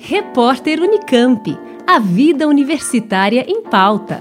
Repórter Unicamp. A vida universitária em pauta.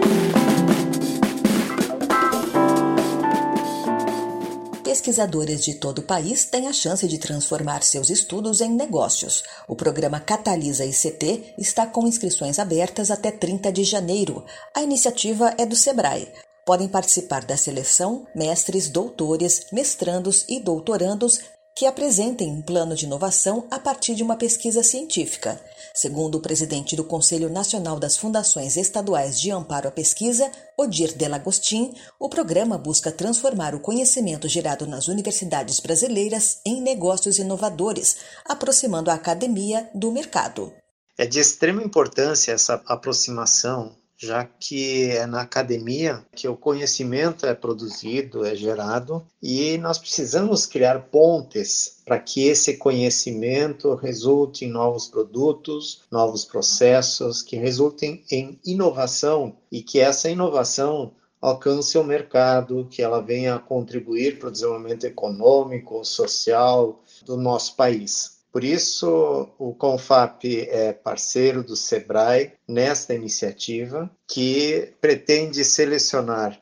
Pesquisadores de todo o país têm a chance de transformar seus estudos em negócios. O programa Catalisa ICT está com inscrições abertas até 30 de janeiro. A iniciativa é do Sebrae. Podem participar da seleção mestres, doutores, mestrandos e doutorandos que apresentem um plano de inovação a partir de uma pesquisa científica. Segundo o presidente do Conselho Nacional das Fundações Estaduais de Amparo à Pesquisa, Odir Delagostin, o programa busca transformar o conhecimento gerado nas universidades brasileiras em negócios inovadores, aproximando a academia do mercado. É de extrema importância essa aproximação, já que é na academia que o conhecimento é produzido, é gerado, e nós precisamos criar pontes para que esse conhecimento resulte em novos produtos, novos processos, que resultem em inovação e que essa inovação alcance o mercado, que ela venha a contribuir para o desenvolvimento econômico, social do nosso país. Por isso, o CONFAP é parceiro do Sebrae nesta iniciativa, que pretende selecionar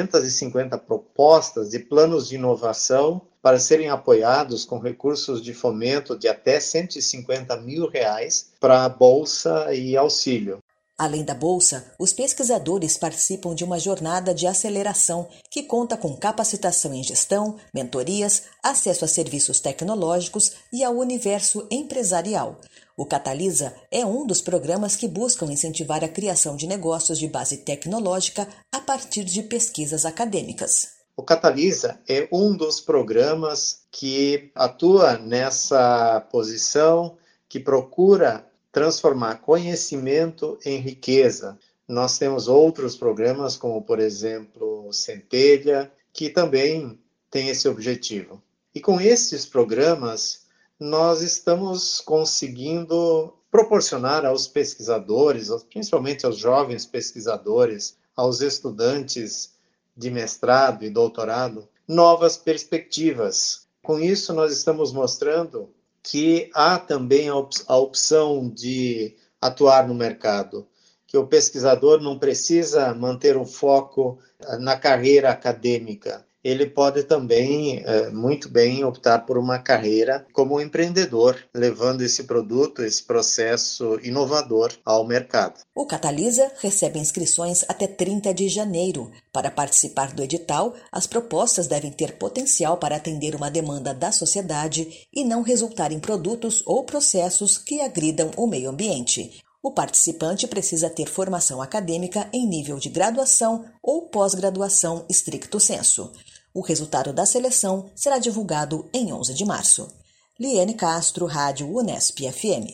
250 propostas de planos de inovação para serem apoiados com recursos de fomento de até R$150 mil para bolsa e auxílio. Além da bolsa, os pesquisadores participam de uma jornada de aceleração que conta com capacitação em gestão, mentorias, acesso a serviços tecnológicos e ao universo empresarial. O Catalisa é um dos programas que buscam incentivar a criação de negócios de base tecnológica a partir de pesquisas acadêmicas. O Catalisa é um dos programas que atua nessa posição, que procura transformar conhecimento em riqueza. Nós temos outros programas, como, por exemplo, o Centelha, que também tem esse objetivo. E com esses programas, nós estamos conseguindo proporcionar aos pesquisadores, principalmente aos jovens pesquisadores, aos estudantes de mestrado e doutorado, novas perspectivas. Com isso, nós estamos mostrando que há também a opção de atuar no mercado, que o pesquisador não precisa manter o foco na carreira acadêmica. Ele pode também, muito bem, optar por uma carreira como empreendedor, levando esse produto, esse processo inovador ao mercado. O Catalisa recebe inscrições até 30 de janeiro. Para participar do edital, as propostas devem ter potencial para atender uma demanda da sociedade e não resultar em produtos ou processos que agridam o meio ambiente. O participante precisa ter formação acadêmica em nível de graduação ou pós-graduação stricto sensu. O resultado da seleção será divulgado em 11 de março. Liane Castro, Rádio Unesp FM.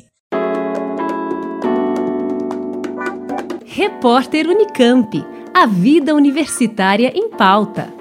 Repórter Unicamp. A vida universitária em pauta.